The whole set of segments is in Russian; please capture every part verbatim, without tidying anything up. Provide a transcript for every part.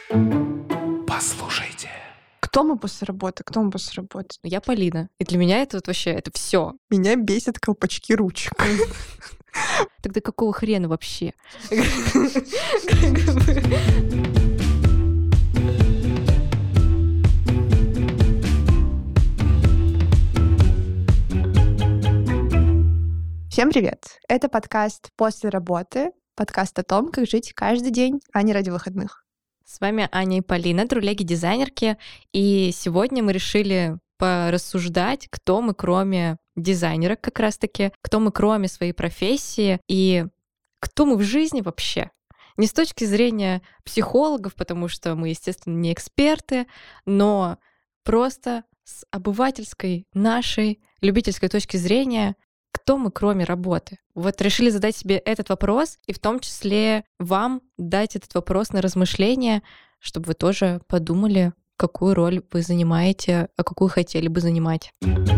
Послушайте. Кто мы после работы? Кто мы после работы? Я Полина. И для меня это вот вообще, это все. Меня бесят колпачки ручек. Тогда какого хрена вообще? Всем привет! Это подкаст «После работы», подкаст о том, как жить каждый день, а не ради выходных. С вами Аня и Полина, трулеги-дизайнерки, и сегодня мы решили порассуждать, кто мы, кроме дизайнера как раз-таки, кто мы, кроме своей профессии, и кто мы в жизни вообще. Не с точки зрения психологов, потому что мы, естественно, не эксперты, но просто с обывательской, нашей, любительской точки зрения, кто мы, кроме работы? Вот решили задать себе этот вопрос, и в том числе вам дать этот вопрос на размышление, чтобы вы тоже подумали, какую роль вы занимаете, а какую хотели бы занимать.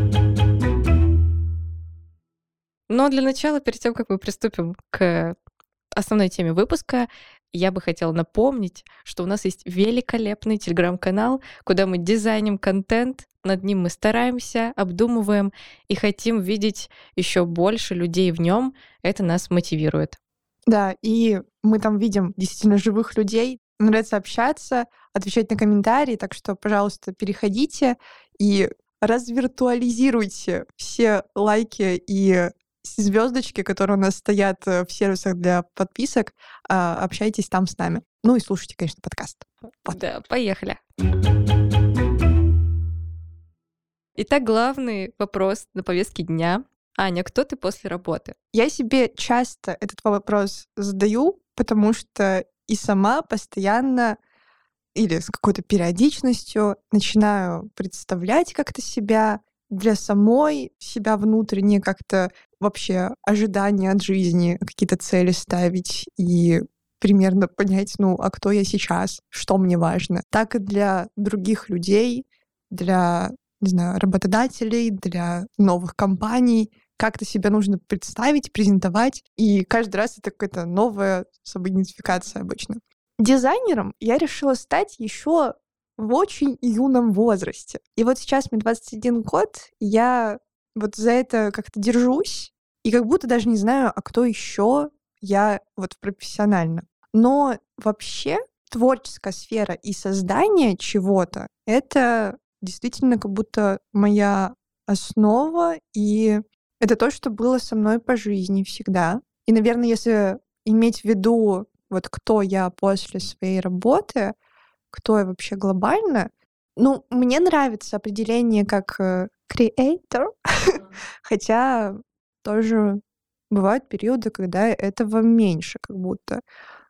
Но для начала, перед тем, как мы приступим к основной теме выпуска, я бы хотела напомнить, что у нас есть великолепный телеграм-канал, куда мы дизайним контент, над ним мы стараемся, обдумываем и хотим видеть еще больше людей в нем. Это нас мотивирует. Да, и мы там видим действительно живых людей. Нравится общаться, отвечать на комментарии, так что, пожалуйста, переходите и развиртуализируйте все лайки и звездочки, которые у нас стоят в сервисах для подписок. Общайтесь там с нами. Ну и слушайте, конечно, подкаст. Вот. Да, поехали. Итак, главный вопрос на повестке дня. Аня, кто ты после работы? Я себе часто этот вопрос задаю, потому что и сама постоянно или с какой-то периодичностью начинаю представлять как-то себя, для самой себя внутренне как-то вообще ожидания от жизни, какие-то цели ставить и примерно понять, ну, а кто я сейчас, что мне важно. Так и для других людей, для, не знаю, работодателей, для новых компаний. Как-то себя нужно представить, презентовать. И каждый раз это какая-то новая самоидентификация обычно. Дизайнером я решила стать еще в очень юном возрасте. И вот сейчас мне двадцать один год, я вот за это как-то держусь, и как будто даже не знаю, а кто еще я вот профессионально. Но вообще творческая сфера и создание чего-то — это действительно как будто моя основа, и это то, что было со мной по жизни всегда. И, наверное, если иметь в виду вот кто я после своей работы, кто я вообще глобально, ну, мне нравится определение как creator, хотя тоже бывают периоды, когда этого меньше как будто.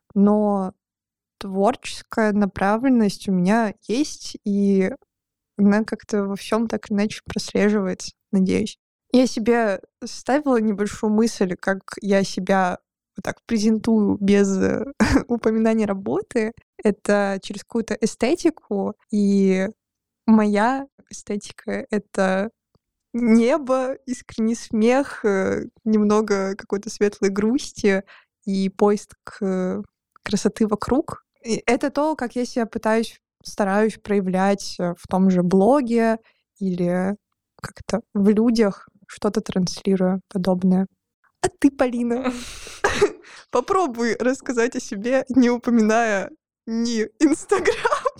Но творческая направленность у меня есть, и она как-то во всем так иначе прослеживается, надеюсь. Я себе ставила небольшую мысль, как я себя вот так презентую без упоминания работы. Это через какую-то эстетику, и моя эстетика — это небо, искренний смех, немного какой-то светлой грусти и поиск красоты вокруг. И это то, как я себя пытаюсь, стараюсь проявлять в том же блоге или как-то в людях, что-то транслируя подобное. А ты, Полина, попробуй рассказать о себе, не упоминая ни Инстаграм,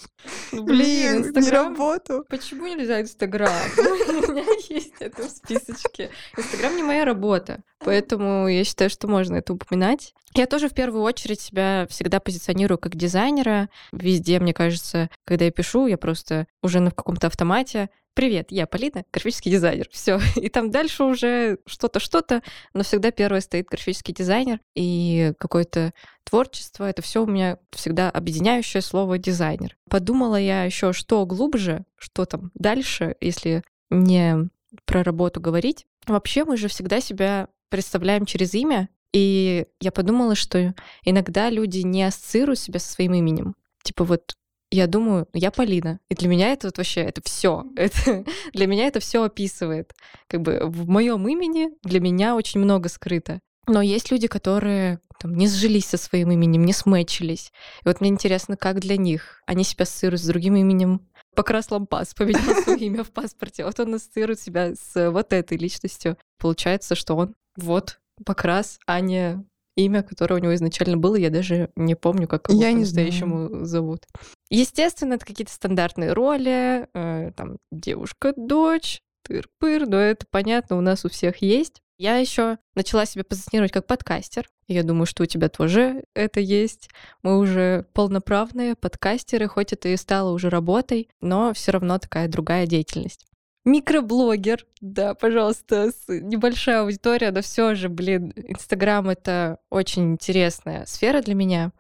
Блин, ни, Инстаграм? ни работу. Почему нельзя Инстаграм? У меня есть это в списочке. Инстаграм не моя работа, поэтому я считаю, что можно это упоминать. Я тоже в первую очередь себя всегда позиционирую как дизайнера. Везде, мне кажется, когда я пишу, я просто уже на каком-то автомате. Привет, я Полина, графический дизайнер. Все. И там дальше уже что-то, что-то, но всегда первое стоит графический дизайнер и какое-то творчество. Это все у меня всегда объединяющее слово дизайнер. Подумала я еще, что глубже, что там дальше, если не про работу говорить. Вообще мы же всегда себя представляем через имя, и я подумала, что иногда люди не ассоциируют себя со своим именем. Типа вот я думаю, я Полина. И для меня это вот вообще, это все. Это, для меня это все описывает. Как бы в моем имени для меня очень много скрыто. Но есть люди, которые там, не сжились со своим именем, не сметчились. И вот мне интересно, как для них. Они себя ассоциируют с другим именем. Покрас Лампас поменял свое имя в паспорте. Вот он ассоциирует себя с вот этой личностью. Получается, что он вот Покрас, а не имя, которое у него изначально было. Я даже не помню, как его Я по-настоящему зовут. Естественно, это какие-то стандартные роли. Э, там, девушка, дочь, тыр-пыр. Но это понятно, у нас у всех есть. Я еще начала себя позиционировать как подкастер. И я думаю, что у тебя тоже это есть. Мы уже полноправные подкастеры, хоть это и стало уже работой, но все равно такая другая деятельность. Микроблогер, да, пожалуйста, небольшая аудитория, но все же, блин, Инстаграм — это очень интересная сфера для меня.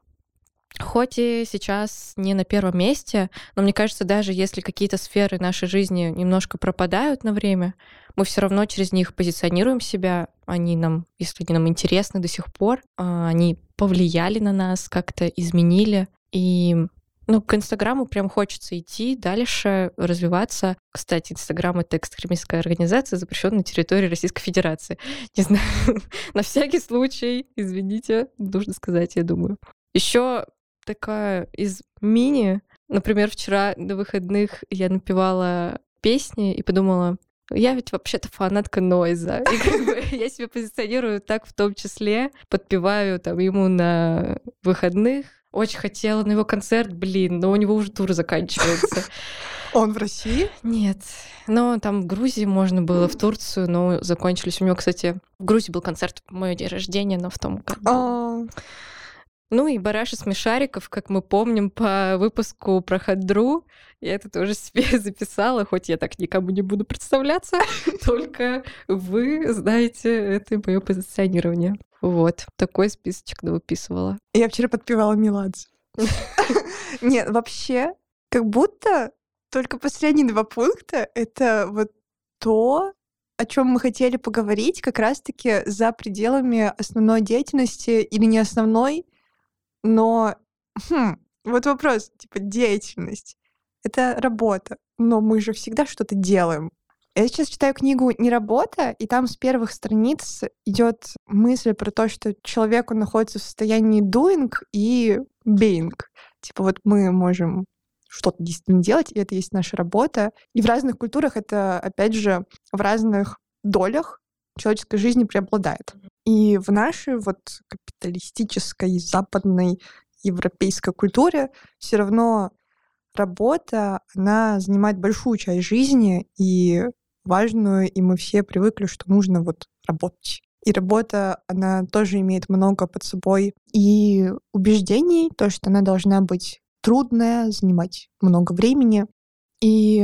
Хоть и сейчас не на первом месте, но мне кажется, даже если какие-то сферы нашей жизни немножко пропадают на время, мы все равно через них позиционируем себя. Они нам, если они нам интересны до сих пор, они повлияли на нас, как-то изменили. И ну, к Инстаграму прям хочется идти дальше, развиваться. Кстати, Инстаграм — это экстремистская организация, запрещенная на территории Российской Федерации. Не знаю, на всякий случай, извините, нужно сказать, я думаю. Еще такая из мини. Например, вчера на выходных я напевала песни и подумала, я ведь вообще-то фанатка Нойза. И как бы я себя позиционирую так в том числе. Подпеваю там ему на выходных. Очень хотела на его концерт, блин, но у него уже тур заканчивается. Он в России? Нет. Но там в Грузии можно было, в Турцию, но закончились. У него, кстати, в Грузии был концерт в мой день рождения, но в том году. Ну и бараши смешариков, как мы помним по выпуску про Хадру. Я это тоже себе записала, хоть я так никому не буду представляться, только вы знаете, это мое позиционирование. Вот, такой списочек навыписывала. Я вчера подпевала Меладзе. Нет, вообще, как будто только последние два пункта — это вот то, о чем мы хотели поговорить, как раз-таки за пределами основной деятельности или не основной. Но хм, вот вопрос, типа, деятельность. Это работа, но мы же всегда что-то делаем. Я сейчас читаю книгу «Не работа», и там с первых страниц идет мысль про то, что человек, он находится в состоянии doing и being. Типа вот мы можем что-то действительно делать, и это есть наша работа. И в разных культурах это, опять же, в разных долях человеческой жизни преобладает. И в нашей вот капиталистической, западной, европейской культуре все равно работа, она занимает большую часть жизни и важную, и мы все привыкли, что нужно вот работать. И работа, она тоже имеет много под собой и убеждений, то, что она должна быть трудная, занимать много времени. И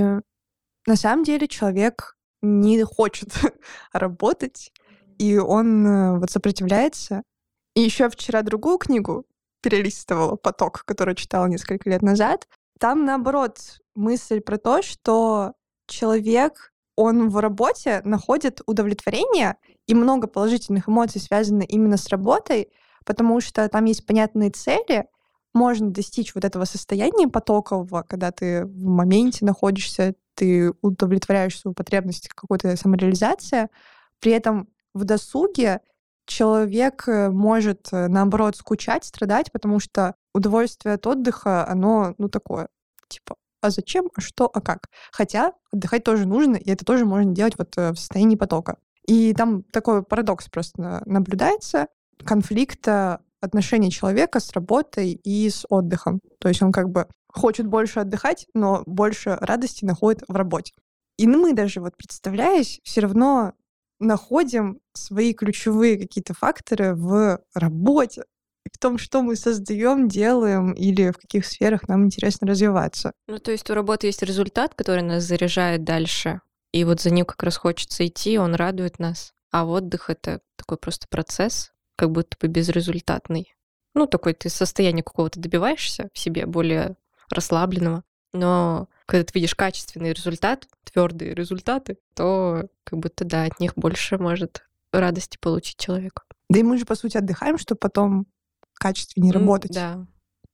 на самом деле человек не хочет работать, и он вот сопротивляется. И еще вчера другую книгу перелистывала, «Поток», которую читала несколько лет назад. Там, наоборот, мысль про то, что человек, он в работе находит удовлетворение, и много положительных эмоций связано именно с работой, потому что там есть понятные цели, можно достичь вот этого состояния потокового, когда ты в моменте находишься, ты удовлетворяешь свою потребность в какой-то самореализации, при этом в досуге человек может, наоборот, скучать, страдать, потому что удовольствие от отдыха, оно, ну, такое, типа, а зачем, а что, а как? Хотя отдыхать тоже нужно, и это тоже можно делать вот в состоянии потока. И там такой парадокс просто наблюдается, конфликта отношения человека с работой и с отдыхом. То есть он как бы хочет больше отдыхать, но больше радости находит в работе. И мы даже, вот представляясь, все равно находим свои ключевые какие-то факторы в работе, в том, что мы создаем, делаем или в каких сферах нам интересно развиваться. Ну, то есть у работы есть результат, который нас заряжает дальше, и вот за ним как раз хочется идти, он радует нас. А отдых — это такой просто процесс, как будто бы безрезультатный. Ну, такой ты состояние какого-то добиваешься в себе, более расслабленного. Но когда ты видишь качественный результат, твердые результаты, то как будто, да, от них больше может радости получить человек. Да и мы же, по сути, отдыхаем, чтобы потом качественнее работать. Да.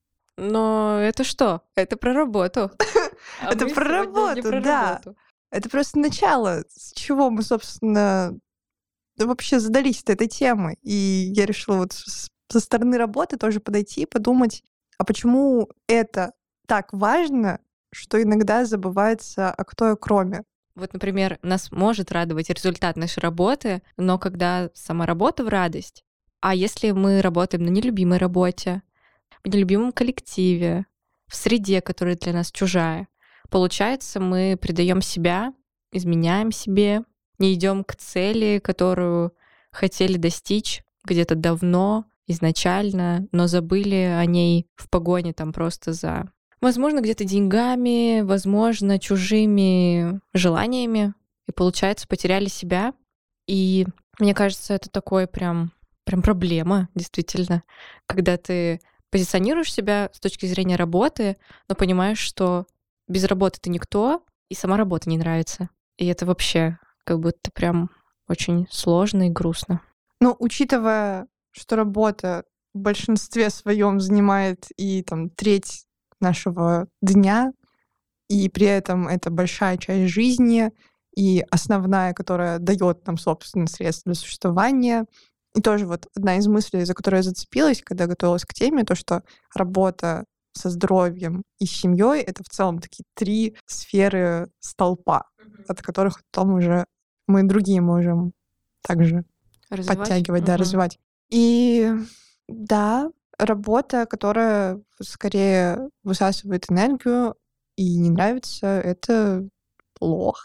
Но это что? Это про работу. Это про работу, да. Это просто начало, с чего мы, собственно, вообще задались этой темой. И я решила вот со стороны работы тоже подойти и подумать, а почему это так важно, что иногда забывается, а кто я кроме. Вот, например, нас может радовать результат нашей работы, но когда сама работа в радость, а если мы работаем на нелюбимой работе, в нелюбимом коллективе, в среде, которая для нас чужая, получается, мы предаем себя, изменяем себе, не идем к цели, которую хотели достичь где-то давно, изначально, но забыли о ней в погоне там просто за, возможно, где-то деньгами, возможно, чужими желаниями, и, получается, потеряли себя. И мне кажется, это такой прям, прям проблема, действительно, когда ты позиционируешь себя с точки зрения работы, но понимаешь, что без работы ты никто, и сама работа не нравится. И это вообще как будто прям очень сложно и грустно. Но учитывая, что работа в большинстве своем занимает и там треть нашего дня, и при этом это большая часть жизни, и основная, которая дает нам, собственно, средства для существования. И тоже вот одна из мыслей, за которую я зацепилась, когда готовилась к теме, то, что работа со здоровьем и с семьей — это в целом такие три сферы столпа, mm-hmm. от которых потом уже мы другие можем также развивать? подтягивать, mm-hmm. да, развивать. И да, работа, которая скорее высасывает энергию и не нравится, это плохо.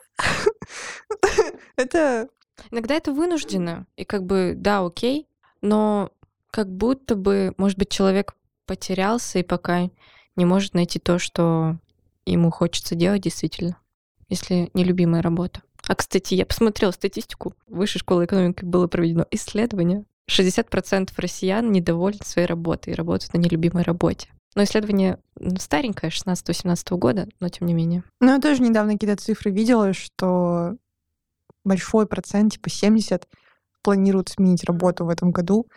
Это... Иногда это вынуждено, и как бы, да, окей, но как будто бы, может быть, человек потерялся и пока не может найти то, что ему хочется делать действительно, если нелюбимая работа. А, кстати, я посмотрела статистику. В Высшей школе экономики было проведено исследование. шестьдесят процентов россиян недовольны своей работой и работают на нелюбимой работе. Но исследование старенькое, шестнадцатого-семнадцатого года, но тем не менее. Ну, я тоже недавно какие-то цифры видела, что большой процент, типа семьдесят, планируют сменить работу в этом году.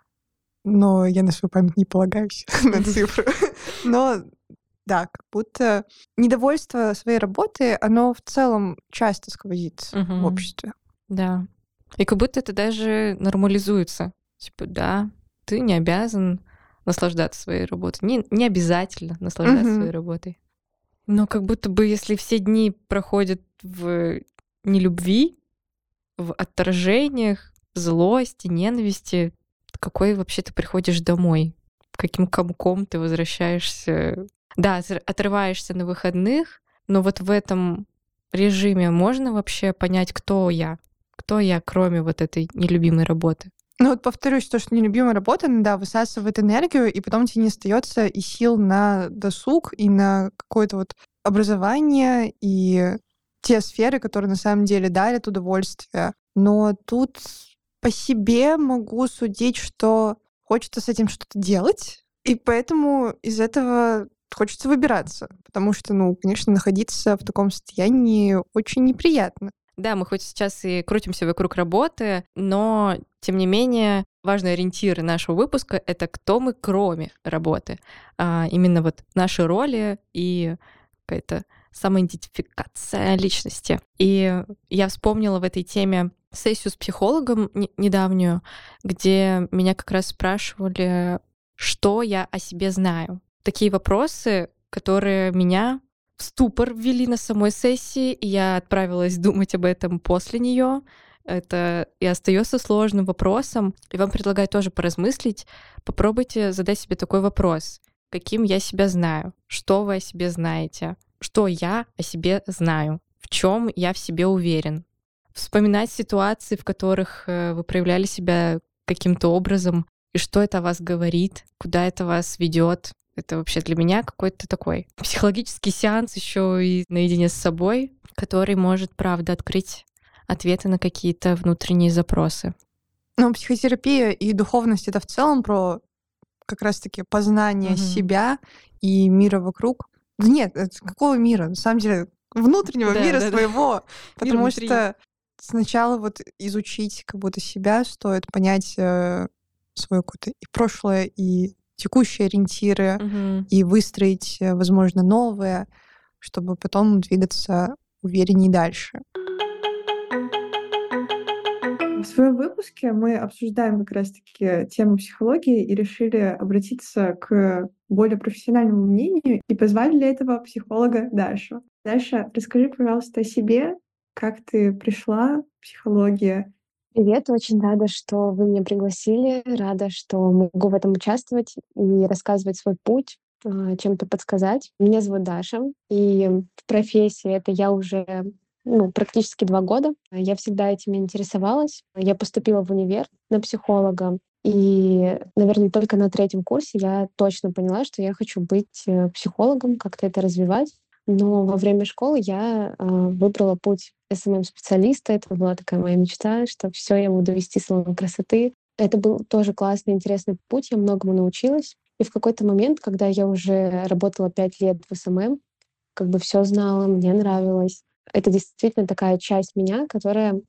Но я на свою память не полагаюсь на цифры. Но да, как будто недовольство своей работы, оно в целом часто сквозит в обществе. Да. И как будто это даже нормализуется. Типа, да, ты не обязан наслаждаться своей работой. Не, не обязательно наслаждаться своей работой. Но как будто бы, если все дни проходят в нелюбви, в отторжениях, в злости, ненависти, какой вообще ты приходишь домой? Каким комком ты возвращаешься? Да, отрываешься на выходных, но вот в этом режиме можно вообще понять, кто я? Кто я, кроме вот этой нелюбимой работы? Ну вот повторюсь, то, что нелюбимая работа, да, высасывает энергию, и потом тебе не остается и сил на досуг, и на какое-то вот образование, и те сферы, которые на самом деле дарят удовольствие. Но тут по себе могу судить, что хочется с этим что-то делать, и поэтому из этого хочется выбираться, потому что, ну, конечно, находиться в таком состоянии очень неприятно. Да, мы хоть сейчас и крутимся вокруг работы, но, тем не менее, важный ориентир нашего выпуска — это кто мы, кроме работы. А именно вот наши роли и какая-то самоидентификация личности. И я вспомнила в этой теме сессию с психологом недавнюю, где меня как раз спрашивали, что я о себе знаю. Такие вопросы, которые меня в ступор ввели на самой сессии, и я отправилась думать об этом после нее. Это и остается сложным вопросом. И вам предлагаю тоже поразмыслить. Попробуйте задать себе такой вопрос. Каким я себя знаю? Что вы о себе знаете? Что я о себе знаю? В чем я в себе уверен? Вспоминать ситуации, в которых вы проявляли себя каким-то образом, и что это о вас говорит, куда это вас ведет. Это вообще для меня какой-то такой психологический сеанс еще и наедине с собой, который может, правда, открыть ответы на какие-то внутренние запросы. Ну, психотерапия и духовность — это в целом про как раз-таки познание mm-hmm. себя и мира вокруг. Да нет, это какого мира? На самом деле, внутреннего да, мира да, своего. Да. Потому мир что сначала вот изучить как будто себя стоит, понять э, свое какое-то и прошлое, и текущие ориентиры, угу. и выстроить, возможно, новые, чтобы потом двигаться увереннее дальше. В своем выпуске мы обсуждаем как раз-таки тему психологии и решили обратиться к более профессиональному мнению и позвали для этого психолога Дашу. Даша, расскажи, пожалуйста, о себе, как ты пришла к психологии. Привет, очень рада, что вы меня пригласили, рада, что могу в этом участвовать и рассказывать свой путь, а, чем-то подсказать. Меня зовут Даша, и в профессии это я уже ну, практически два года. Я всегда этим интересовалась. Я поступила в универ на психолога, и, наверное, только на третьем курсе я точно поняла, что я хочу быть э, психологом, как-то это развивать. Но во время школы я а, выбрала путь эс эм эм-специалиста. Это была такая моя мечта, что все я буду вести салон красоты. Это был тоже классный, интересный путь, я многому научилась. И в какой-то момент, когда я уже работала пять лет в эс эм эм, как бы все знала, мне нравилось. Это действительно такая часть меня, которая,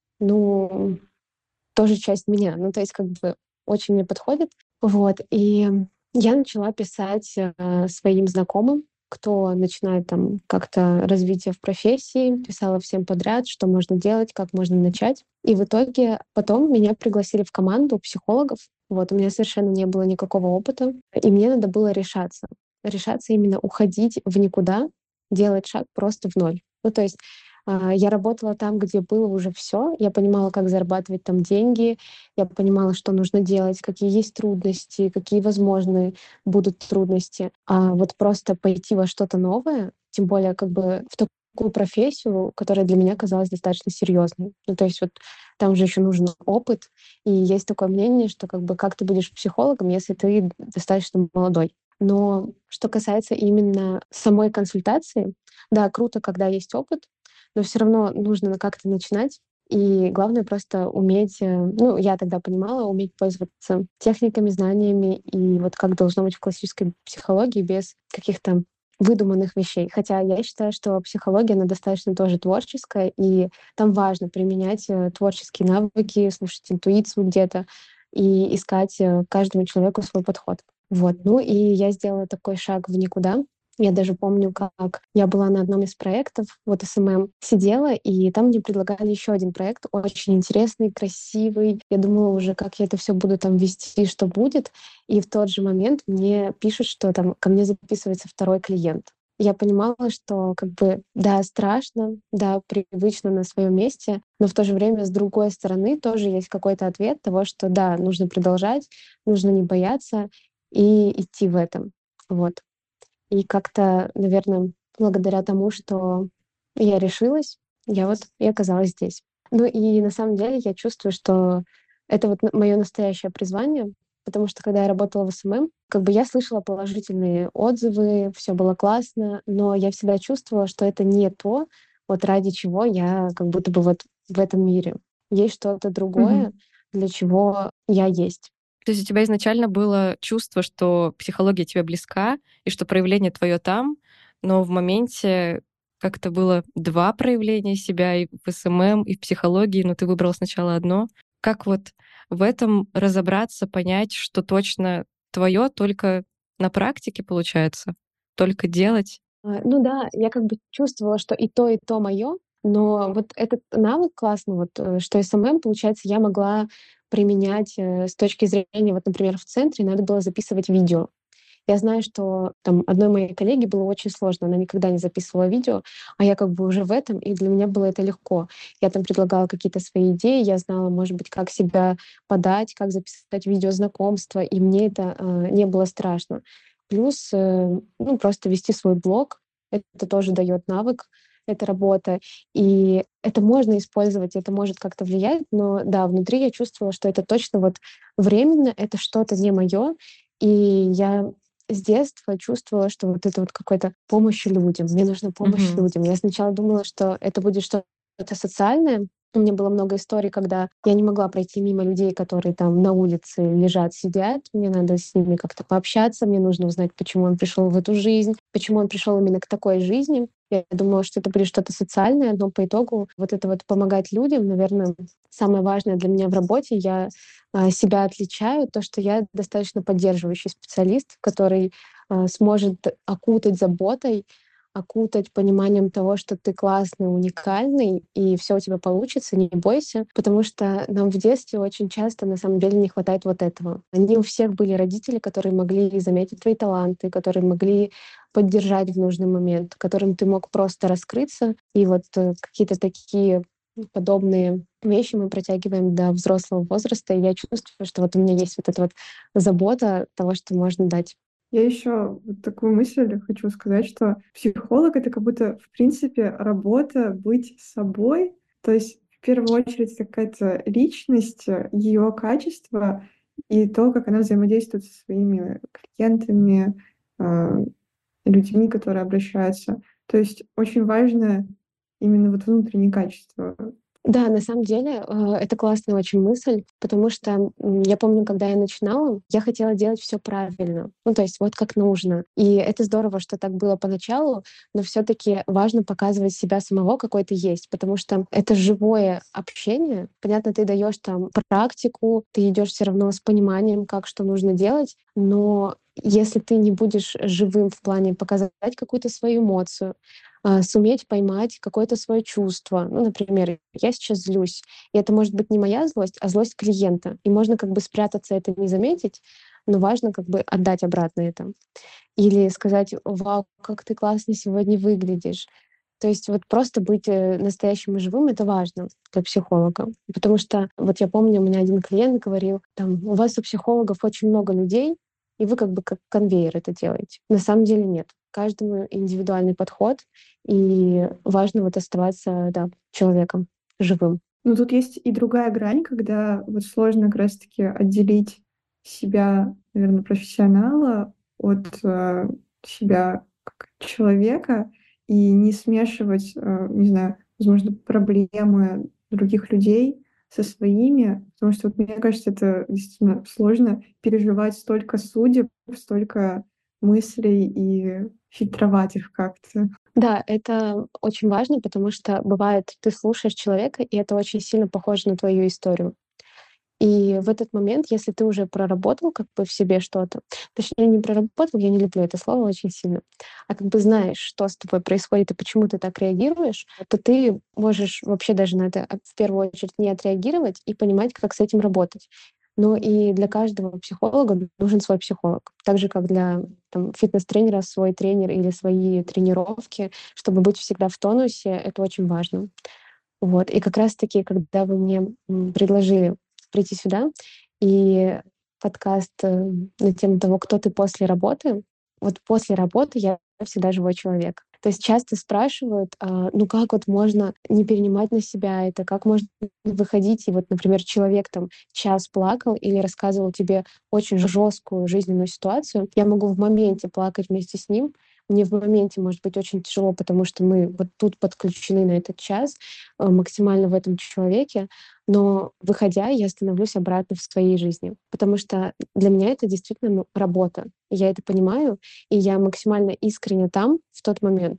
ну, тоже часть меня. Ну, то есть как бы очень мне подходит. Вот. И я начала писать э, своим знакомым, кто начинает там как-то развитие в профессии, писала всем подряд, что можно делать, как можно начать. И в итоге потом меня пригласили в команду психологов. Вот, у меня совершенно не было никакого опыта, и мне надо было решаться. Решаться именно уходить в никуда, делать шаг просто в ноль. Ну, то есть а, я работала там, где было уже все. Я понимала, как зарабатывать там деньги. Я понимала, что нужно делать, какие есть трудности, какие возможны будут трудности. А вот просто пойти во что-то новое, тем более как бы в такую профессию, которая для меня казалась достаточно серьезной. Ну, то есть вот там же еще нужен опыт. И есть такое мнение, что как бы как ты будешь психологом, если ты достаточно молодой. Но что касается именно самой консультации, да, круто, когда есть опыт, но все равно нужно как-то начинать. И главное просто уметь, э, ну, я тогда понимала, уметь пользоваться техниками, знаниями и вот как должно быть в классической психологии без каких-то выдуманных вещей. Хотя я считаю, что психология, она достаточно тоже творческая, и там важно применять э, творческие навыки, слушать интуицию где-то и искать э, каждому человеку свой подход. Вот. Ну и я сделала такой шаг в никуда. Я даже помню, как я была на одном из проектов, вот эс эм эм, сидела, и там мне предлагали еще один проект, очень интересный, красивый. Я думала уже, как я это все буду там вести, что будет. И в тот же момент мне пишут, что там ко мне записывается второй клиент. Я понимала, что как бы да, страшно, да, привычно на своем месте, но в то же время с другой стороны тоже есть какой-то ответ того, что да, нужно продолжать, нужно не бояться и идти в этом. Вот. И как-то, наверное, благодаря тому, что я решилась, я вот и оказалась здесь. Ну и на самом деле я чувствую, что это вот мое настоящее призвание, потому что когда я работала в эс эм эм, как бы я слышала положительные отзывы, все было классно, но я всегда чувствовала, что это не то, вот ради чего я как будто бы вот в этом мире. Есть что-то другое, Мгм. для чего я есть. То есть у тебя изначально было чувство, что психология тебе близка, и что проявление твое там, но в моменте как-то было два проявления себя и в эс эм эм, и в психологии, но ты выбрал сначала одно. Как вот в этом разобраться, понять, что точно твое только на практике получается, только делать? А, ну да, я как бы чувствовала, что и то, и то мое, но вот этот навык классный, вот, э, что эс эм эм, получается, я могла применять э, с точки зрения, вот, например, в центре надо было записывать видео. Я знаю, что там одной моей коллеге было очень сложно, она никогда не записывала видео, а я как бы уже в этом, и для меня было это легко. Я там предлагала какие-то свои идеи, я знала, может быть, как себя подать, как записать видео знакомства, и мне это э, не было страшно. Плюс, э, ну, просто вести свой блог, это тоже дает навык, эта работа, и это можно использовать, это может как-то влиять, но да, внутри я чувствовала, что это точно вот временно, это что-то не мое, и я с детства чувствовала, что вот это вот какая-то помощь людям. Мне нужна помощь Мгм. людям. Я сначала думала, что это будет что-то социальное. У меня было много историй, когда я не могла пройти мимо людей, которые там на улице лежат, сидят. Мне надо с ними как-то пообщаться, мне нужно узнать, почему он пришел в эту жизнь, почему он пришел именно к такой жизни. Я думала, что это будет что-то социальное, но по итогу вот это вот помогать людям, наверное, самое важное для меня в работе. Я а, себя отличаю, то, что я достаточно поддерживающий специалист, который а, сможет окутать заботой окутать пониманием того, что ты классный, уникальный, и все у тебя получится, не бойся. Потому что нам в детстве очень часто на самом деле не хватает вот этого. Не у всех были родители, которые могли заметить твои таланты, которые могли поддержать в нужный момент, которым ты мог просто раскрыться. И вот э, какие-то такие подобные вещи мы протягиваем до взрослого возраста. И я чувствую, что вот у меня есть вот эта вот забота того, что можно дать. Я еще вот такую мысль хочу сказать, что психолог — это как будто, в принципе, работа быть собой. То есть, в первую очередь, это какая-то личность, ее качество и то, как она взаимодействует со своими клиентами, а, людьми, которые обращаются. То есть очень важно именно вот внутренние качества. Да, на самом деле, э, это классная очень мысль, потому что м, я помню, когда я начинала, я хотела делать все правильно. Ну, то есть вот как нужно. И это здорово, что так было поначалу, но все-таки важно показывать себя самого, какой ты есть, потому что это живое общение. Понятно, ты даешь там практику, ты идешь все равно с пониманием, как что нужно делать, но если ты не будешь живым в плане показать какую-то свою эмоцию, а, суметь поймать какое-то свое чувство. Ну, например, я сейчас злюсь, и это может быть не моя злость, а злость клиента. И можно как бы спрятаться, это не заметить, но важно как бы отдать обратно это. Или сказать: «Вау, как ты классно сегодня выглядишь». То есть вот просто быть э, настоящим и живым — это важно для психолога. Потому что вот я помню, у меня один клиент говорил, там: «У вас у психологов очень много людей, и вы как бы как конвейер это делаете». На самом деле нет. Каждому индивидуальный подход, и важно вот оставаться, да, человеком живым. Но тут есть и другая грань, когда вот сложно как раз-таки отделить себя, наверное, профессионала от э, себя как человека и не смешивать, э, не знаю, возможно, проблемы других людей со своими, потому что вот мне кажется, это действительно сложно переживать столько судеб, столько мыслей и фильтровать их как-то. Да, это очень важно, потому что бывает, ты слушаешь человека, и это очень сильно похоже на твою историю. И в этот момент, если ты уже проработал как бы в себе что-то, точнее, не проработал, я не люблю это слово очень сильно, а как бы знаешь, что с тобой происходит и почему ты так реагируешь, то ты можешь вообще даже на это а, в первую очередь не отреагировать и понимать, как с этим работать. Но и для каждого психолога нужен свой психолог. Так же, как для там, фитнес-тренера свой тренер или свои тренировки, чтобы быть всегда в тонусе, это очень важно. Вот. И как раз-таки, когда вы мне м, предложили прийти сюда, и подкаст э, на тему того, кто ты после работы, вот после работы я всегда живой человек. То есть часто спрашивают, а, ну как вот можно не перенимать на себя это, как можно выходить, и вот, например, человек там час плакал или рассказывал тебе очень жесткую жизненную ситуацию, я могу в моменте плакать вместе с ним, мне в моменте может быть очень тяжело, потому что мы вот тут подключены на этот час, э, максимально в этом человеке, но выходя, я становлюсь обратно в своей жизни, потому что для меня это действительно ну, работа. Я это понимаю, и я максимально искренне там в тот момент,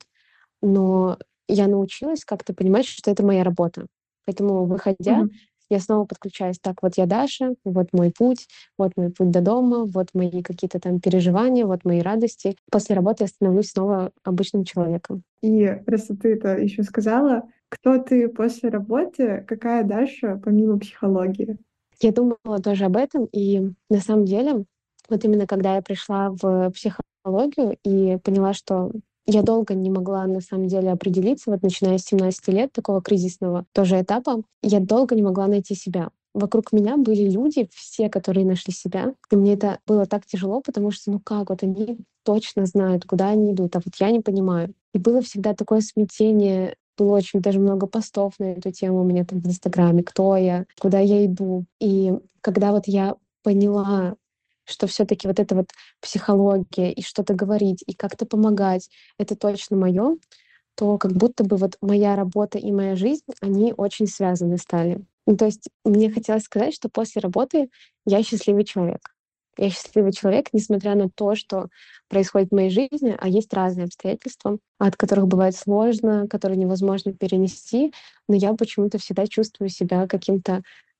но я научилась как-то понимать, что это моя работа. Поэтому, выходя, Мгм. я снова подключаюсь. Так, вот я Даша, вот мой путь, вот мой путь до дома, вот мои какие-то там переживания, вот мои радости. После работы я становлюсь снова обычным человеком. И раз ты это еще сказала, кто ты после работы, какая Даша помимо психологии? Я думала тоже об этом, и на самом деле, вот именно когда я пришла в психологию и поняла, что я долго не могла на самом деле определиться, вот начиная с семнадцати лет, такого кризисного тоже этапа, я долго не могла найти себя. Вокруг меня были люди, все, которые нашли себя. И мне это было так тяжело, потому что, ну как, вот они точно знают, куда они идут, а вот я не понимаю. И было всегда такое смятение, было очень даже много постов на эту тему у меня там в Инстаграме, кто я, куда я иду. И когда вот я поняла, что все таки вот эта вот психология и что-то говорить, и как-то помогать — это точно мое, то как будто бы вот моя работа и моя жизнь, они очень связаны стали. Ну, то есть мне хотелось сказать, что после работы я счастливый человек. Я счастливый человек, несмотря на то, что происходит в моей жизни, а есть разные обстоятельства, от которых бывает сложно, которые невозможно перенести, но я почему-то всегда чувствую себя каким-то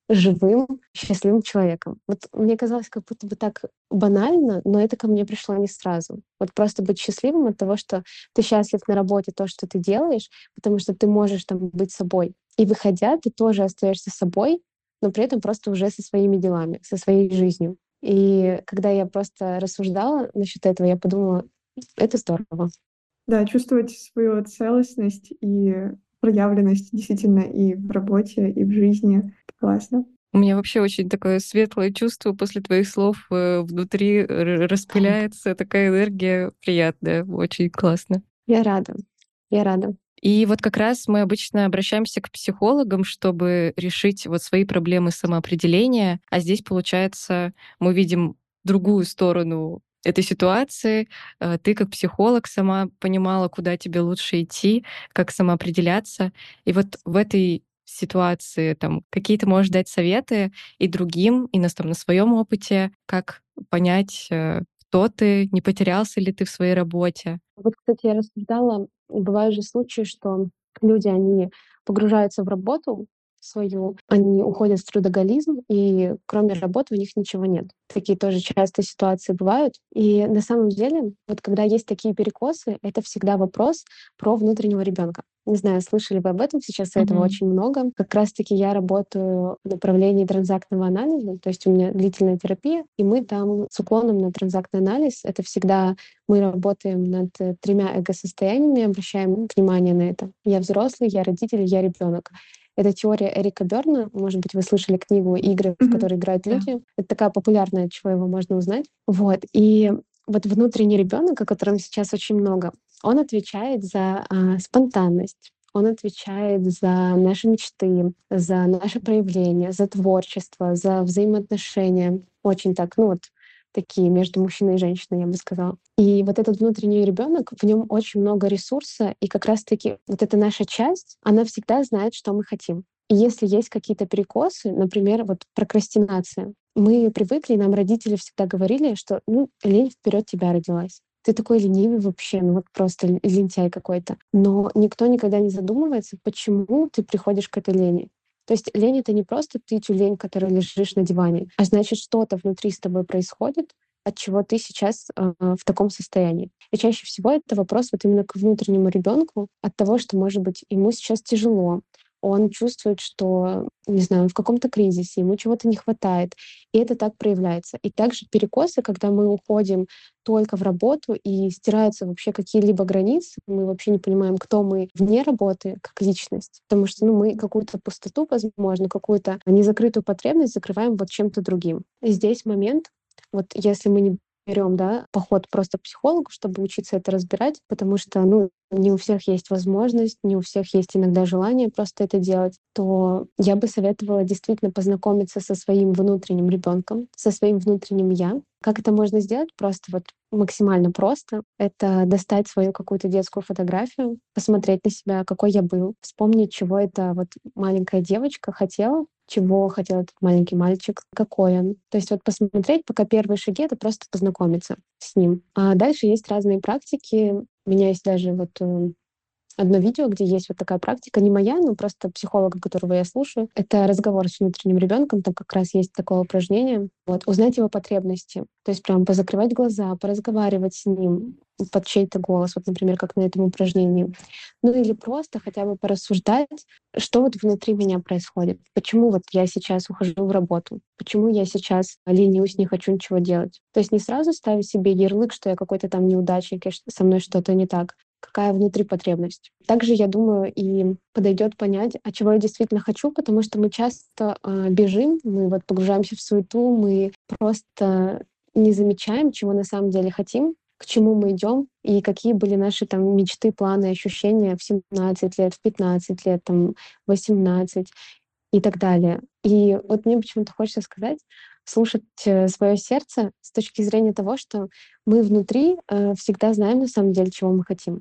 живым, счастливым человеком. Вот мне казалось как будто бы так банально, но это ко мне пришло не сразу. Вот просто быть счастливым от того, что ты счастлив на работе, то, что ты делаешь, потому что ты можешь там быть собой. И выходя, ты тоже остаешься собой, но при этом просто уже со своими делами, со своей жизнью. И когда я просто рассуждала насчет этого, я подумала, это здорово. Да, чувствовать свою целостность и проявленность действительно и в работе, и в жизни. Классно. У меня вообще очень такое светлое чувство после твоих слов э, внутри р- распыляется, такая энергия приятная, очень классно. Я рада. Я рада. И вот как раз мы обычно обращаемся к психологам, чтобы решить вот свои проблемы самоопределения. А здесь, получается, мы видим другую сторону этой ситуации. Э, Ты как психолог сама понимала, куда тебе лучше идти, как самоопределяться. И вот в этой ситуации там какие то можешь дать советы и другим, и на, там, на своем опыте, как понять, э, кто ты, не потерялся ли ты в своей работе. Вот, кстати, я рассуждала, бывают же случаи, что люди, они погружаются в работу свою, они уходят в трудоголизм, и кроме работы у них ничего нет. Такие тоже часто ситуации бывают. И на самом деле, вот когда есть такие перекосы, это всегда вопрос про внутреннего ребенка. Не знаю, слышали вы об этом, сейчас этого Мгм. очень много. Как раз-таки я работаю в направлении транзактного анализа, то есть у меня длительная терапия, и мы там с уклоном на транзактный анализ. Это всегда мы работаем над э, тремя эго-состояниями, обращаем внимание на это. Я взрослый, я родитель, я ребенок. Это теория Эрика Берна. Может быть, вы слышали книгу «Игры, в Мгм. которые играют Да. люди». Это такая популярная, от чего его можно узнать. Вот. И вот внутренний ребенок, о котором сейчас очень много, он отвечает за а, спонтанность. Он отвечает за наши мечты, за наше проявление, за творчество, за взаимоотношения. Очень так, ну вот такие между мужчиной и женщиной, я бы сказала. И вот этот внутренний ребенок, в нем очень много ресурса, и как раз-таки вот эта наша часть, она всегда знает, что мы хотим. И если есть какие-то перекосы, например, вот прокрастинация, мы привыкли, нам родители всегда говорили, что ну, лень вперед тебя родилась. Ты такой ленивый вообще, ну вот просто л- лентяй какой-то. Но никто никогда не задумывается, почему ты приходишь к этой лени. То есть лень — это не просто ты тюлень, который лежишь на диване, а значит, что-то внутри с тобой происходит, от чего ты сейчас э, в таком состоянии. И чаще всего это вопрос вот именно к внутреннему ребенку от того, что, может быть, ему сейчас тяжело, он чувствует, что, не знаю, он в каком-то кризисе, ему чего-то не хватает, и это так проявляется. И также перекосы, когда мы уходим только в работу и стираются вообще какие-либо границы, мы вообще не понимаем, кто мы вне работы как личность, потому что ну, мы какую-то пустоту, возможно, какую-то незакрытую потребность закрываем вот чем-то другим. И здесь момент, вот если мы не берем, да, поход просто к психологу, чтобы учиться это разбирать, потому что, ну, не у всех есть возможность, не у всех есть иногда желание просто это делать, то я бы советовала действительно познакомиться со своим внутренним ребенком, со своим внутренним я. Как это можно сделать? Просто вот максимально просто. Это достать свою какую-то детскую фотографию, посмотреть на себя, какой я был, вспомнить, чего эта вот маленькая девочка хотела, чего хотел этот маленький мальчик, какой он. То есть вот посмотреть, пока первые шаги — это просто познакомиться с ним. А дальше есть разные практики. У меня есть даже вот э, одно видео, где есть вот такая практика, не моя, но просто психолога, которого я слушаю. Это разговор с внутренним ребенком, там как раз есть такое упражнение. Вот, узнать его потребности. То есть прям позакрывать глаза, поразговаривать с ним под чей-то голос, вот, например, как на этом упражнении. Ну или просто хотя бы порассуждать, что вот внутри меня происходит. Почему вот я сейчас ухожу в работу? Почему я сейчас ленюсь, не хочу ничего делать? То есть не сразу ставить себе ярлык, что я какой-то там неудачник, и что со мной что-то не так, какая внутри потребность. Также, я думаю, и подойдет понять, а чего я действительно хочу, потому что мы часто э, бежим, мы вот погружаемся в суету, мы просто не замечаем, чего на самом деле хотим, к чему мы идем и какие были наши там мечты, планы, ощущения в семнадцать лет, в пятнадцать лет, там, восемнадцать и так далее. И вот мне почему-то хочется сказать, слушать свое сердце с точки зрения того, что мы внутри э, всегда знаем на самом деле, чего мы хотим.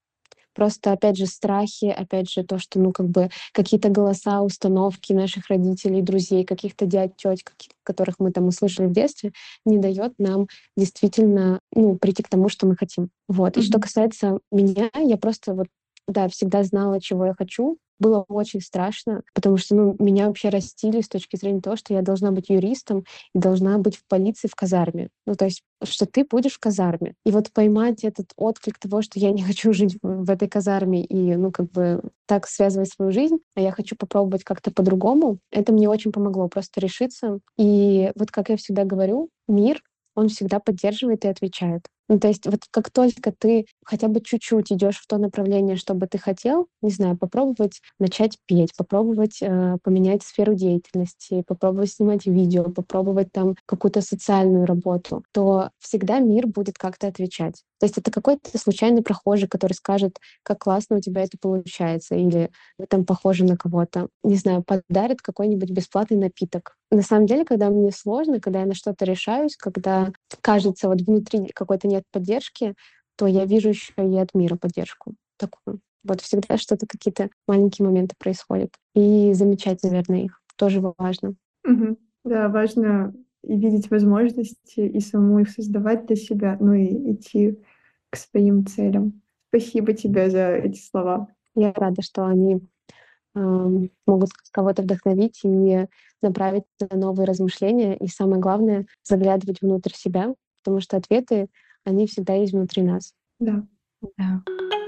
Просто, опять же, страхи, опять же, то, что, ну, как бы какие-то голоса, установки наших родителей, друзей, каких-то дядь, тёть, каких которых мы там услышали в детстве, не дает нам действительно, ну, прийти к тому, что мы хотим. Вот. И что Мгм. касается меня, я просто вот, да, всегда знала, чего я хочу. было очень страшно, потому что, ну, меня вообще растили с точки зрения того, что я должна быть юристом и должна быть в полиции в казарме. Ну, то есть, что ты будешь в казарме. И вот поймать этот отклик того, что я не хочу жить в в этой казарме и, ну, как бы так связывать свою жизнь, а я хочу попробовать как-то по-другому, это мне очень помогло просто решиться. И вот как я всегда говорю, мир, он всегда поддерживает и отвечает. Ну, то есть вот как только ты хотя бы чуть-чуть идешь в то направление, что бы ты хотел, не знаю, попробовать начать петь, попробовать э, поменять сферу деятельности, попробовать снимать видео, попробовать там какую-то социальную работу, то всегда мир будет как-то отвечать. То есть это какой-то случайный прохожий, который скажет, как классно у тебя это получается, или вы там похожи на кого-то. Не знаю, подарит какой-нибудь бесплатный напиток. На самом деле, когда мне сложно, когда я на что-то решаюсь, когда кажется, вот внутри какой-то нет поддержки, то я вижу еще и от мира поддержку такую. Вот всегда что-то, какие-то маленькие моменты происходят. И замечать, наверное, их тоже важно. Мгм. Да, важно и видеть возможности, и самому их создавать для себя, ну и идти к своим целям. Спасибо тебе за эти слова. Я рада, что они ам, могут кого-то вдохновить и направить на новые размышления. И самое главное — заглядывать внутрь себя, потому что ответы, они всегда есть внутри нас. Да. Да.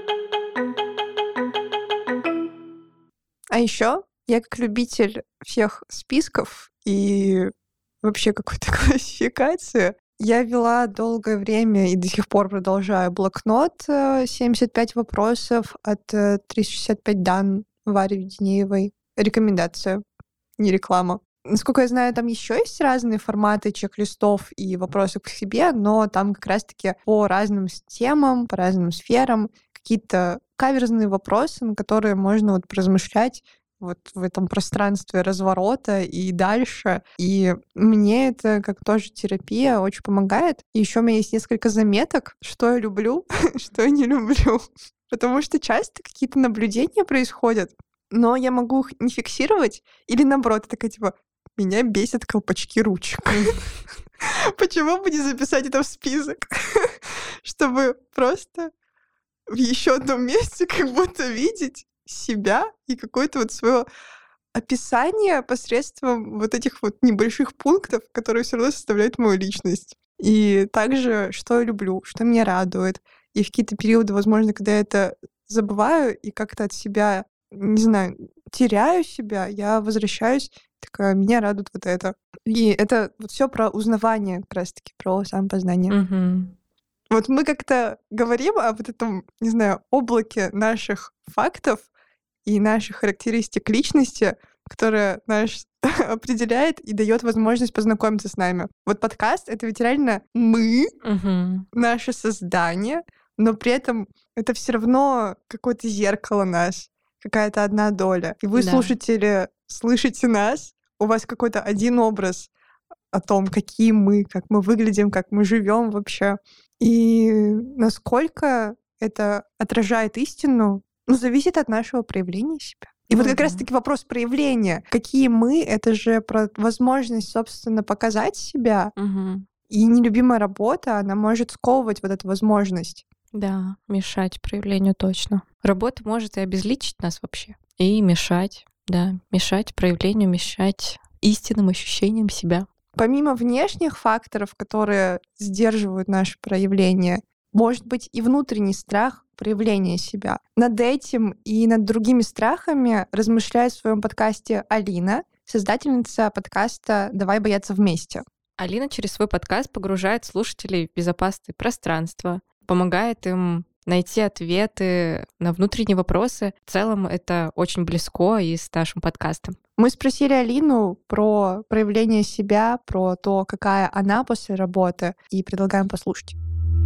А еще я как любитель всех списков и вообще какой-то классификации, я вела долгое время и до сих пор продолжаю блокнот э, семьдесят пять вопросов от э, триста шестьдесят пять дан Вари Веденеевой. Рекомендация, не реклама. Насколько я знаю, там еще есть разные форматы чек-листов и вопросов к себе, но там как раз-таки по разным с- темам, по разным сферам какие-то каверзные вопросы, на которые можно вот поразмышлять вот в этом пространстве разворота и дальше. И мне это как тоже терапия очень помогает. И еще у меня есть несколько заметок, что я люблю, что я не люблю. Потому что часто какие-то наблюдения происходят, но я могу их не фиксировать, или наоборот, я такая типа, меня бесят колпачки ручек. Почему бы не записать это в список? Чтобы просто в еще одном месте как будто видеть себя и какое-то вот свое описание посредством вот этих вот небольших пунктов, которые все равно составляют мою личность. И также, что я люблю, что меня радует. И в какие-то периоды, возможно, когда я это забываю и как-то от себя, не знаю, теряю себя, я возвращаюсь, такая, меня радует вот это. И это вот все про узнавание, как раз-таки, про самопознание. Мгм. Вот мы как-то говорим о вот этом, не знаю, облаке наших фактов и наших характеристик личности, которая наш определяет и дает возможность познакомиться с нами. Вот подкаст — это ведь реально мы, Мгм. наше создание, но при этом это все равно какое-то зеркало нас, какая-то одна доля. И вы, Да. слушатели, слышите нас, у вас какой-то один образ о том, какие мы, как мы выглядим, как мы живем вообще. И насколько это отражает истину, ну, зависит от нашего проявления себя. И вот Ну как да. раз-таки вопрос проявления. Какие мы — это же про возможность, собственно, показать себя. Мгм. И нелюбимая работа, она может сковывать вот эту возможность. Да, мешать проявлению точно. Работа может и обезличить нас вообще. И мешать, да, мешать проявлению, мешать истинным ощущениям себя. Помимо внешних факторов, которые сдерживают наше проявление, может быть и внутренний страх проявления себя. Над этим и над другими страхами размышляет в своем подкасте Алина, создательница подкаста «Давай бояться вместе». Алина через свой подкаст погружает слушателей в безопасное пространство, помогает им найти ответы на внутренние вопросы. В целом это очень близко и с нашим подкастом. Мы спросили Алину про проявление себя, про то, какая она после работы, и предлагаем послушать.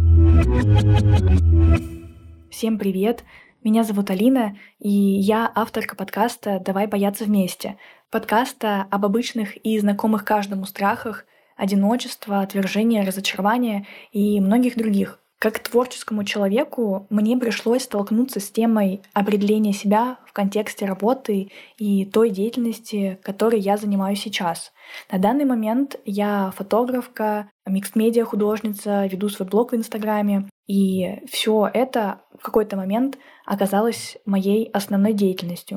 Всем привет! Меня зовут Алина, и я авторка подкаста «Давай бояться вместе». Подкаста об обычных и знакомых каждому страхах, одиночества, отвержения, разочарования и многих других. Как творческому человеку мне пришлось столкнуться с темой определения себя в контексте работы и той деятельности, которой я занимаюсь сейчас. На данный момент я фотографка, микс-медиа художница, веду свой блог в Инстаграме, и все это в какой-то момент оказалось моей основной деятельностью.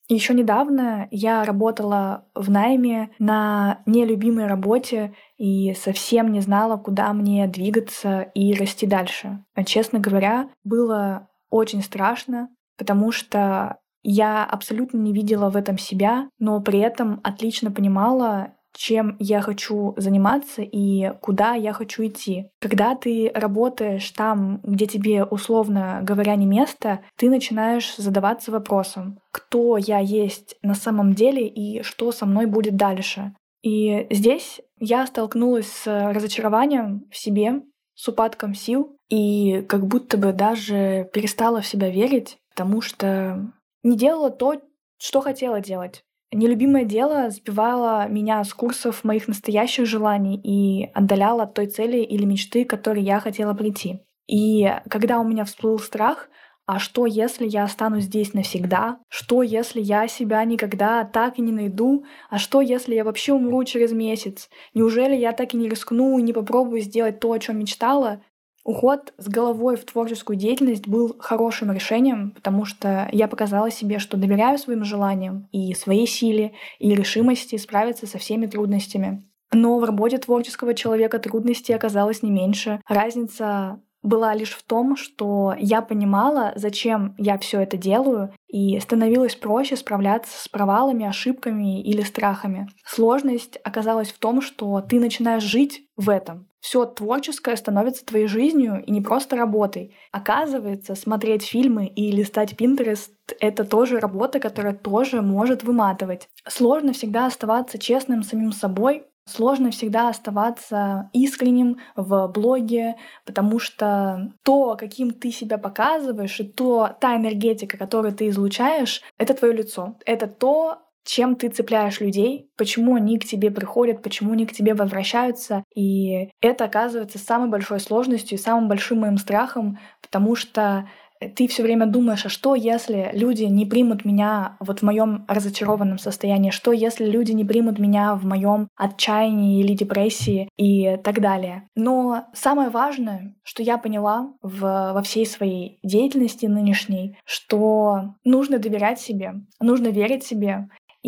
Еще недавно я работала в найме на нелюбимой работе и совсем не знала, куда мне двигаться и расти дальше. А, честно говоря, было очень страшно, потому что я абсолютно не видела в этом себя, но при этом отлично понимала, чем я хочу заниматься и куда я хочу идти. Когда ты работаешь там, где тебе, условно говоря, не место, ты начинаешь задаваться вопросом, кто я есть на самом деле и что со мной будет дальше. И здесь я столкнулась с разочарованием в себе, с упадком сил и как будто бы даже перестала в себя верить, потому что не делала то, что хотела делать. Нелюбимое дело сбивало меня с курсов моих настоящих желаний и отдаляло от той цели или мечты, к которой я хотела прийти. И когда у меня всплыл страх, а что, если я останусь здесь навсегда? Что, если я себя никогда так и не найду? А что, если я вообще умру через месяц? Неужели я так и не рискну и не попробую сделать то, о чем мечтала? Уход с головой в творческую деятельность был хорошим решением, потому что я показала себе, что доверяю своим желаниям и своей силе, и решимости справиться со всеми трудностями. Но в работе творческого человека трудностей оказалось не меньше. Разница была лишь в том, что я понимала, зачем я все это делаю, и становилось проще справляться с провалами, ошибками или страхами. Сложность оказалась в том, что ты начинаешь жить в этом. Все творческое становится твоей жизнью и не просто работой. Оказывается, смотреть фильмы и листать Pinterest — это тоже работа, которая тоже может выматывать. Сложно всегда оставаться честным самим собой, сложно всегда оставаться искренним в блоге, потому что то, каким ты себя показываешь, и то, та энергетика, которую ты излучаешь, это твое лицо. Это то, чем ты цепляешь людей, почему они к тебе приходят, почему они к тебе возвращаются. И это оказывается самой большой сложностью и самым большим моим страхом, потому что ты все время думаешь, а что, если люди не примут меня вот в моем разочарованном состоянии, что, если люди не примут меня в моем отчаянии или депрессии и так далее. Но самое важное, что я поняла в, во всей своей деятельности нынешней, что нужно доверять себе, нужно верить себе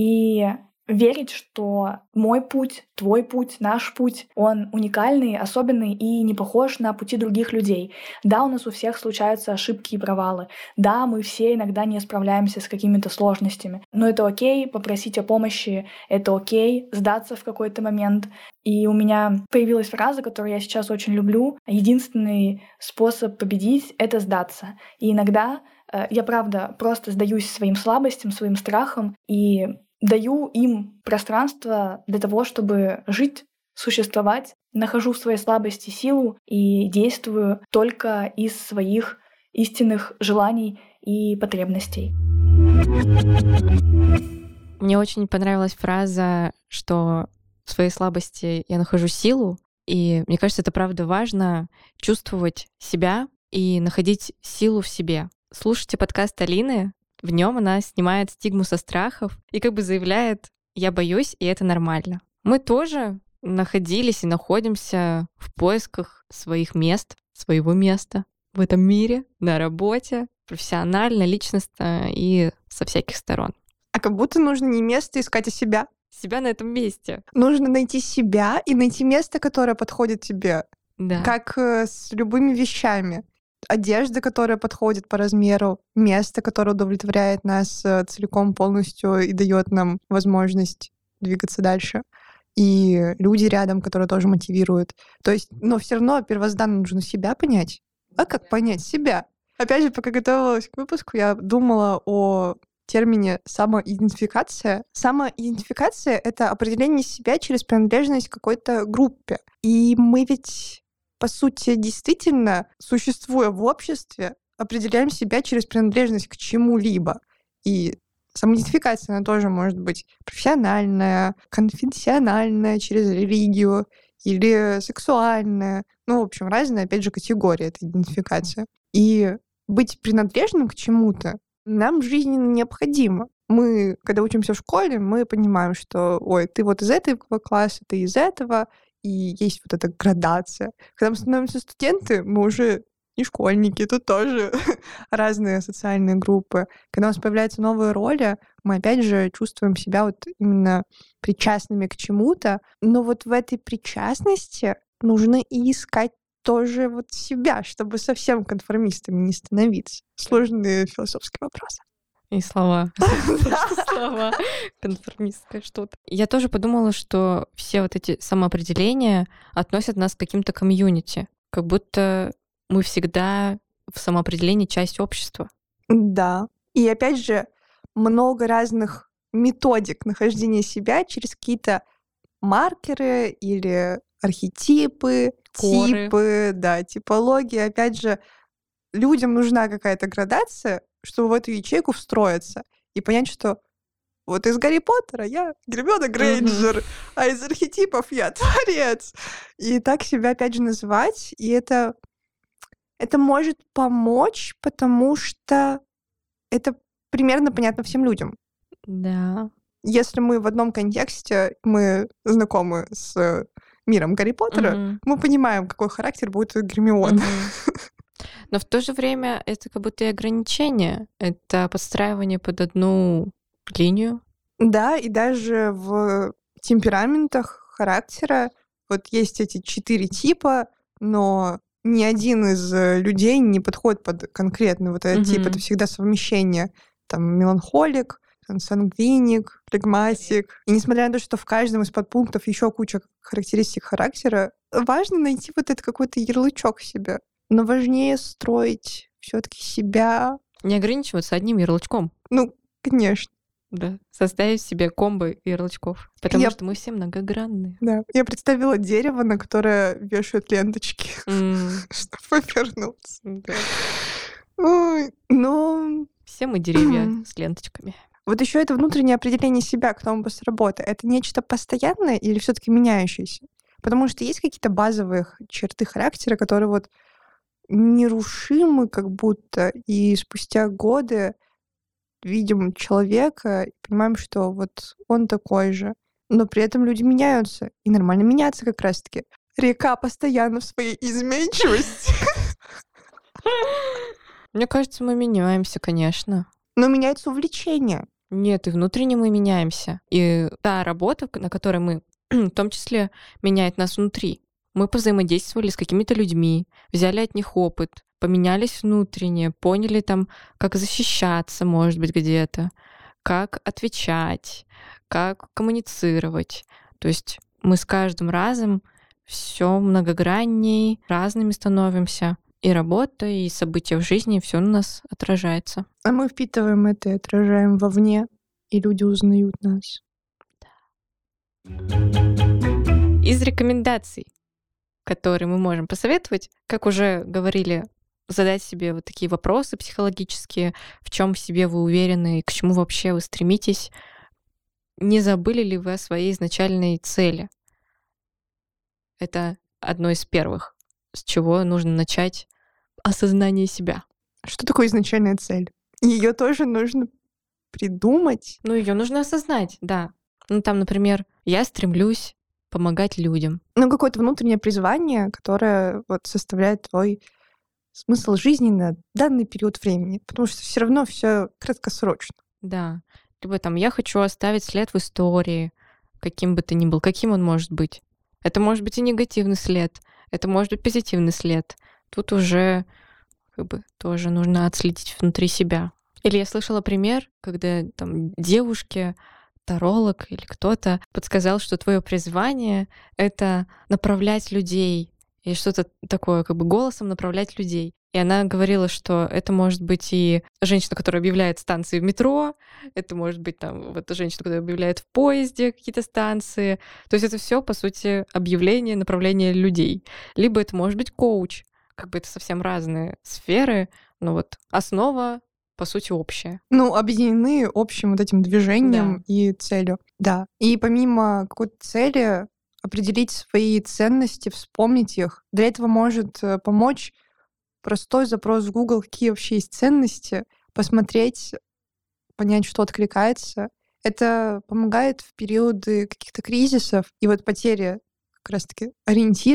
и верить, что мой путь, твой путь, наш путь, он уникальный, особенный и не похож на пути других людей. Да, у нас у всех случаются ошибки и провалы. Да, мы все иногда не справляемся с какими-то сложностями. Но это окей попросить о помощи, это окей сдаться в какой-то момент. И у меня появилась фраза, которую я сейчас очень люблю. Единственный способ победить — это сдаться. И иногда э, я, правда, просто сдаюсь своим слабостям, своим страхам и даю им пространство для того, чтобы жить, существовать, нахожу в своей слабости силу и действую только из своих истинных желаний и потребностей. Мне очень понравилась фраза, что в своей слабости я нахожу силу, и мне кажется, это правда важно — чувствовать себя и находить силу в себе. Слушайте подкаст Алины. В нем она снимает стигму со страхов и как бы заявляет: «Я боюсь, и это нормально». Мы тоже находились и находимся в поисках своих мест, своего места в этом мире, на работе, профессионально, личностно и со всяких сторон. А как будто нужно не место искать, а себя. Себя на этом месте. Нужно найти себя и найти место, которое подходит тебе. Да. Как э, с любыми вещами. Одежда, которая подходит по размеру, место, которое удовлетворяет нас э, целиком, полностью и дает нам возможность двигаться дальше. И люди рядом, которые тоже мотивируют. То есть, но все равно первозданно нужно себя понять. А как понять себя? Опять же, пока готовилась к выпуску, я думала о термине самоидентификация. Самоидентификация — это определение себя через принадлежность к какой-то группе. И мы ведь, по сути, действительно, существуя в обществе, определяем себя через принадлежность к чему-либо. И самоидентификация, она тоже может быть профессиональная, конфессиональная, через религию или сексуальная. Ну, в общем, разные, опять же, категории этой идентификации. И быть принадлежным к чему-то нам жизненно необходимо. Мы, когда учимся в школе, мы понимаем, что, ой, ты вот из этого класса, ты из этого, и есть вот эта градация. Когда мы становимся студенты, мы уже и школьники, тут тоже разные социальные группы. Когда у нас появляются новые роли, мы опять же чувствуем себя вот именно причастными к чему-то, но вот в этой причастности нужно и искать тоже вот себя, чтобы совсем конформистами не становиться. Сложные философские вопросы. И слова. Слова. Конформистское что-то. Я тоже подумала, что все вот эти самоопределения относят нас к каким-то комьюнити. Как будто мы всегда в самоопределении часть общества. Да. И опять же, много разных методик нахождения себя через какие-то маркеры или архетипы, Коры. типы, да, типологии. Опять же, людям нужна какая-то градация, чтобы в эту ячейку встроиться и понять, что вот из Гарри Поттера я Гермиона Грейнджер, mm-hmm. а из архетипов я творец. И так себя опять же называть, и это, это может помочь, потому что это примерно понятно всем людям. Да. Если мы в одном контексте, мы знакомы с миром Гарри Поттера, mm-hmm. мы понимаем, какой характер будет у Гермионы. Mm-hmm. Но в то же время это как будто и ограничение. Это подстраивание под одну линию. Да, и даже в темпераментах характера вот есть эти четыре типа, но ни один из людей не подходит под конкретный вот этот mm-hmm. тип. Это всегда совмещение. Там меланхолик, сангвиник, флегматик. И несмотря на то, что в каждом из подпунктов еще куча характеристик характера, важно найти вот этот какой-то ярлычок себе. Но важнее строить все-таки себя. Не ограничиваться одним ярлычком. Ну, конечно. Да. Составить себе комбо ярлычков. Потому я... что мы все многогранные. Да. Я представила дерево, на которое вешают ленточки, mm. чтобы повернуться. Да. Ой, ну... Все мы деревья с ленточками. Вот еще это внутреннее определение себя к новому после работы. Это нечто постоянное или все-таки меняющееся? Потому что есть какие-то базовые черты характера, которые вот нерушимы как будто, и спустя годы видим человека и понимаем, что вот он такой же. Но при этом люди меняются, и нормально меняться как раз-таки. Река постоянно в своей изменчивости. Мне кажется, мы меняемся, конечно. Но меняется увлечение. Нет, и внутренне мы меняемся. И та работа, на которой мы, в том числе, меняет нас внутри. Мы повзаимодействовали с какими-то людьми, взяли от них опыт, поменялись внутренне, поняли там, как защищаться, может быть, где-то, как отвечать, как коммуницировать. То есть мы с каждым разом все многогранней, разными становимся. И работа, и события в жизни, все на нас отражается. А мы впитываем это и отражаем вовне, и люди узнают нас. Из рекомендаций, которые мы можем посоветовать, как уже говорили, задать себе вот такие вопросы психологические, в чем в себе вы уверены, к чему вообще вы стремитесь. Не забыли ли вы о своей изначальной цели? Это одно из первых, с чего нужно начать осознание себя. Что такое изначальная цель? Ее тоже нужно придумать. Ну, ее нужно осознать, да. Ну, там, например, я стремлюсь помогать людям. Ну, какое-то внутреннее призвание, которое вот составляет твой смысл жизни на данный период времени. Потому что все равно все краткосрочно. Да. Либо там я хочу оставить след в истории, каким бы то ни был. Каким он может быть? Это может быть и негативный след, это может быть позитивный след. Тут уже как бы тоже нужно отследить внутри себя. Или я слышала пример, когда там девушке таролог или кто-то подсказал, что твое призвание — это направлять людей, и что-то такое, как бы голосом направлять людей. И она говорила, что это может быть и женщина, которая объявляет станции в метро, это может быть там вот женщина, которая объявляет в поезде какие-то станции. То есть это все, по сути, объявление, направление людей. Либо это может быть коуч. Как бы это совсем разные сферы, но вот основа, по сути, общая. Ну, объединены общим вот этим движением Да. и целью. Да. И помимо какой-то цели определить свои ценности, вспомнить их. Для этого может э, помочь простой запрос в Google, какие вообще есть ценности, посмотреть, понять, что откликается. Это помогает в периоды каких-то кризисов и вот потери как раз-таки ориентиров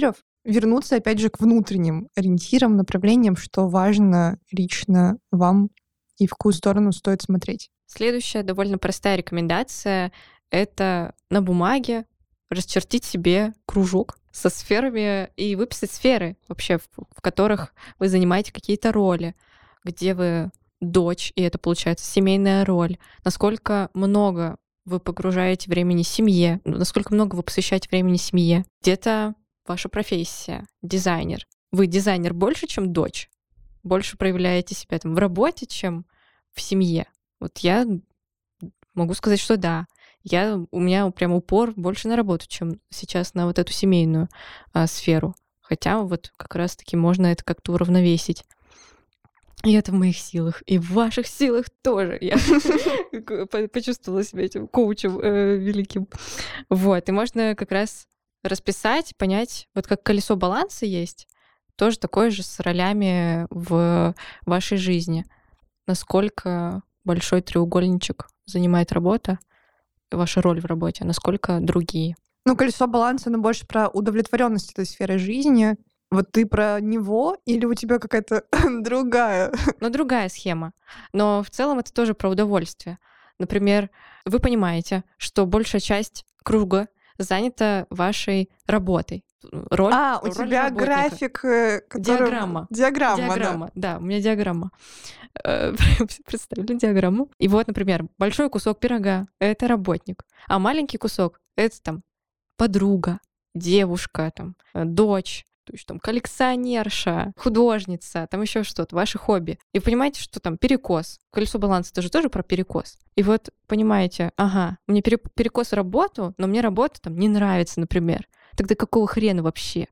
вернуться, опять же, к внутренним ориентирам, направлениям, что важно лично вам и в какую сторону стоит смотреть. Следующая довольно простая рекомендация — это на бумаге расчертить себе кружок со сферами и выписать сферы вообще, в, в которых вы занимаете какие-то роли, где вы дочь, и это получается семейная роль, насколько много вы погружаете времени семье, насколько много вы посвящаете времени семье. Где-то ваша профессия, дизайнер. Вы дизайнер больше, чем дочь? Больше проявляете себя там в работе, чем в семье? Вот я могу сказать, что да. Я, у меня прям упор больше на работу, чем сейчас на вот эту семейную а, сферу. Хотя вот как раз-таки можно это как-то уравновесить. И это в моих силах, и в ваших силах тоже. Я почувствовала себя этим коучем э, великим. Вот, и можно как раз расписать, понять, вот как колесо баланса есть, тоже такое же с ролями в вашей жизни. Насколько большой треугольничек занимает работа, ваша роль в работе, а насколько другие. Ну, колесо баланса, оно больше про удовлетворенность этой сферы жизни. Вот ты про него или у тебя какая-то другая? Ну, другая схема. Но в целом это тоже про удовольствие. Например, вы понимаете, что большая часть круга занята вашей работой. Роль, а, у роль тебя работника. график, который... Диаграмма. Диаграмма, Диаграмма, да. да, у меня диаграмма. Представили диаграмму. И вот, например, большой кусок пирога — это работник, а маленький кусок — это там подруга, девушка, там, дочь, то есть там коллекционерша, художница, там еще что-то, ваши хобби. И понимаете, что там перекос. Колесо баланса — это же тоже про перекос. И вот понимаете, ага, мне перекос в работу, но мне работа там не нравится, например. Тогда какого хрена вообще?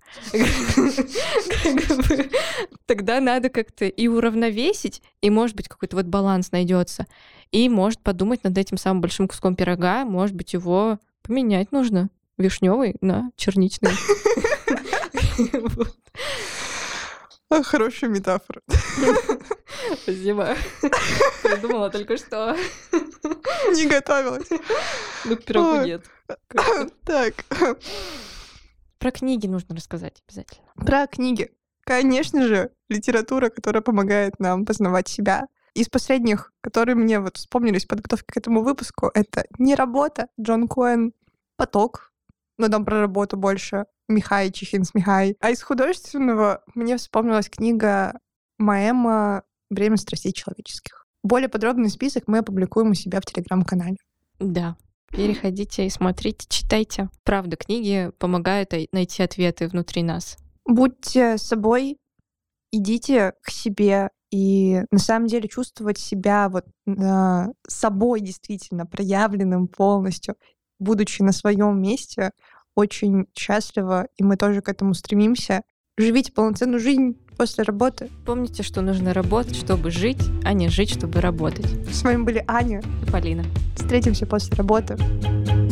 Тогда надо как-то и уравновесить, и, может быть, какой-то вот баланс найдется. И, может, подумать над этим самым большим куском пирога, может быть, его поменять нужно. Вишневый на черничный. Хорошая метафора. Спасибо. Придумала только что. Не готовилась. Ну, к пирогу нет. Так. Про книги нужно рассказать обязательно. Про книги. Конечно же, литература, которая помогает нам познавать себя. Из последних, которые мне вот вспомнились в подготовке к этому выпуску, это «Не работа», Джон Коэн, «Поток», но там про работу больше, Михай Чехинс-Михай. А из художественного мне вспомнилась книга Маэма «Время страстей человеческих». Более подробный список мы опубликуем у себя в Телеграм-канале. Да. Переходите и смотрите, читайте. Правда, книги помогают найти ответы внутри нас. Будьте собой, идите к себе и на самом деле чувствовать себя вот э, собой действительно проявленным полностью, будучи на своем месте, очень счастливо, и мы тоже к этому стремимся. Живите полноценную жизнь после работы. Помните, что нужно работать, чтобы жить, а не жить, чтобы работать. С вами были Аня и Полина. Встретимся после работы.